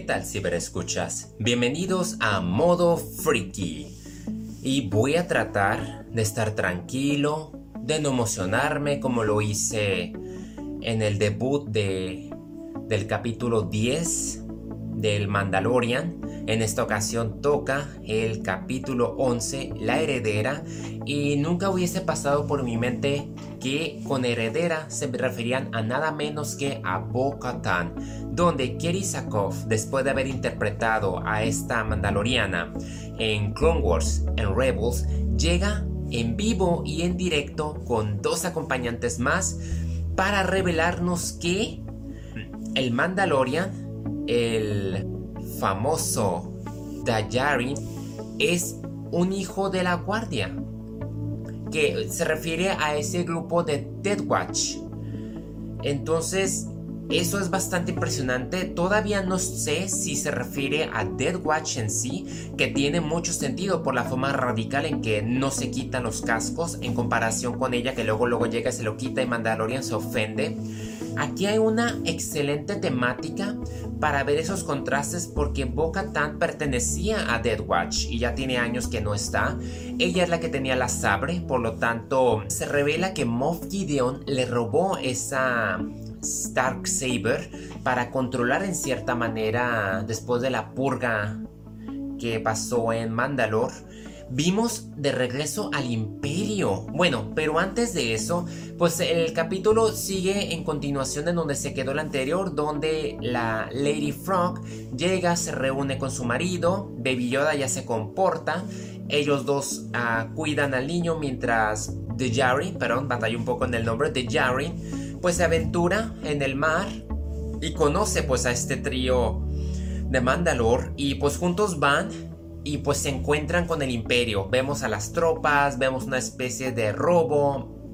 tal, ciberescuchas? Bienvenidos a Modo Freaky. Y voy a tratar de estar tranquilo, de no emocionarme como lo hice en el debut del capítulo 10 del Mandalorian. En esta ocasión toca el capítulo 11, La Heredera, y nunca hubiese pasado por mi mente que con heredera se referían a nada menos que a Bo-Katan, donde Katee Sackhoff, después de haber interpretado a esta mandaloriana en Clone Wars, en Rebels, llega en vivo y en directo con dos acompañantes más para revelarnos que el Mandalorian, el famoso Din Djarin, es un hijo de la guardia, que se refiere a ese grupo de Death Watch. Entonces eso es bastante impresionante. Todavía no sé si se refiere a Death Watch en sí, que tiene mucho sentido por la forma radical en que no se quitan los cascos en comparación con ella, que luego llega y se lo quita y Mandalorian se ofende. Aquí hay una excelente temática para ver esos contrastes, porque Bo-Katan pertenecía a Death Watch y ya tiene años que no está. Ella es la que tenía la sabre, por lo tanto se revela que Moff Gideon le robó esa Darksaber para controlar en cierta manera después de la purga que pasó en Mandalore. Vimos de regreso al Imperio. Bueno, pero antes de eso, pues el capítulo sigue en continuación en donde se quedó el anterior, donde la Lady Frog llega, se reúne con su marido, Baby Yoda ya se comporta, ellos dos cuidan al niño mientras Din Djarin, batallé un poco en el nombre, Din Djarin, pues se aventura en el mar y conoce pues a este trío de Mandalore, y pues juntos van y pues se encuentran con el Imperio. Vemos a las tropas, vemos una especie de robo,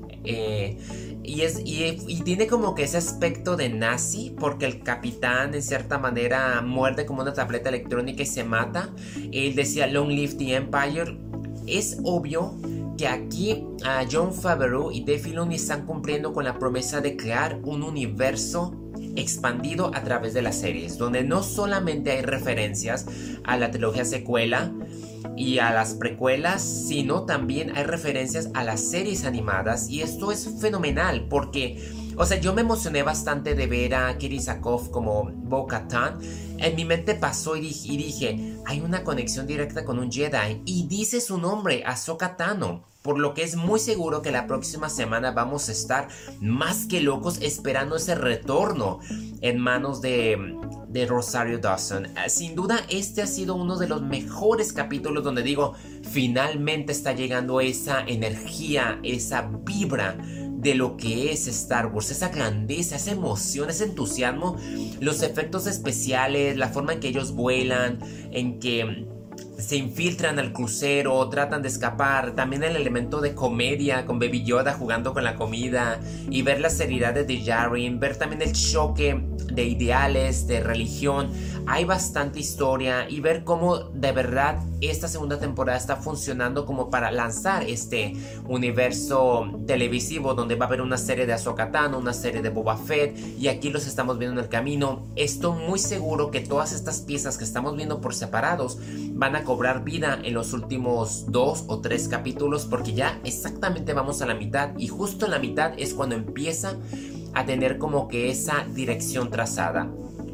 y tiene como que ese aspecto de nazi, porque el capitán en cierta manera muerde como una tableta electrónica y se mata. Él decía Long Live the Empire. Es obvio que aquí Jon Favreau y Dave Filoni están cumpliendo con la promesa de crear un universo expandido a través de las series, donde no solamente hay referencias a la trilogía secuela y a las precuelas, sino también hay referencias a las series animadas, y esto es fenomenal porque, yo me emocioné bastante de ver a Katee Sackhoff como Bo-Katan. En mi mente pasó y dije, hay una conexión directa con un Jedi, y dice su nombre, Ahsoka Tano, por lo que es muy seguro que la próxima semana vamos a estar más que locos esperando ese retorno en manos de Rosario Dawson. Sin duda este ha sido uno de los mejores capítulos donde digo, finalmente está llegando esa energía, esa vibra de lo que es Star Wars, esa grandeza, esa emoción, ese entusiasmo, los efectos especiales, la forma en que ellos vuelan, en que se infiltran al crucero, tratan de escapar, también el elemento de comedia con Baby Yoda jugando con la comida, y ver la seriedad de Din Djarin, ver también el choque de ideales, de religión. Hay bastante historia, y ver cómo de verdad esta segunda temporada está funcionando como para lanzar este universo televisivo donde va a haber una serie de Ahsoka Tano, una serie de Boba Fett, y aquí los estamos viendo en el camino. Estoy muy seguro que todas estas piezas que estamos viendo por separados van a cobrar vida en los últimos 2 o 3 capítulos, porque ya exactamente vamos a la mitad, y justo en la mitad es cuando empieza a tener como que esa dirección trazada.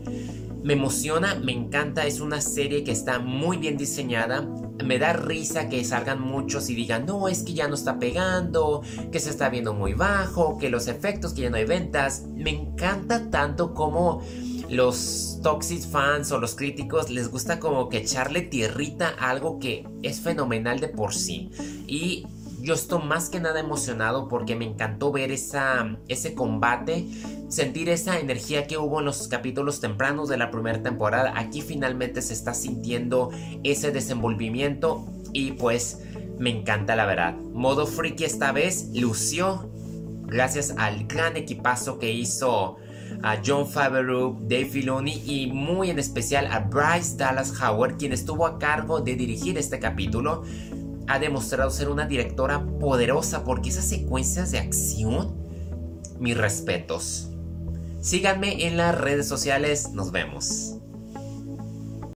Me emociona, me encanta, es una serie que está muy bien diseñada. Me da risa que salgan muchos y digan, no, es que ya no está pegando, que se está viendo muy bajo, que los efectos, que ya no hay ventas. Me encanta tanto como los toxic fans o los críticos les gusta como que echarle tierrita a algo que es fenomenal de por sí. Y yo estoy más que nada emocionado porque me encantó ver ese combate, sentir esa energía que hubo en los capítulos tempranos de la primera temporada. Aquí finalmente se está sintiendo ese desenvolvimiento, y pues me encanta, la verdad. Modo Freaky esta vez lució gracias al gran equipazo que hizo a Jon Favreau, Dave Filoni, y muy en especial a Bryce Dallas Howard, quien estuvo a cargo de dirigir este capítulo. Ha demostrado ser una directora poderosa, porque esas secuencias de acción, mis respetos. Síganme en las redes sociales, nos vemos.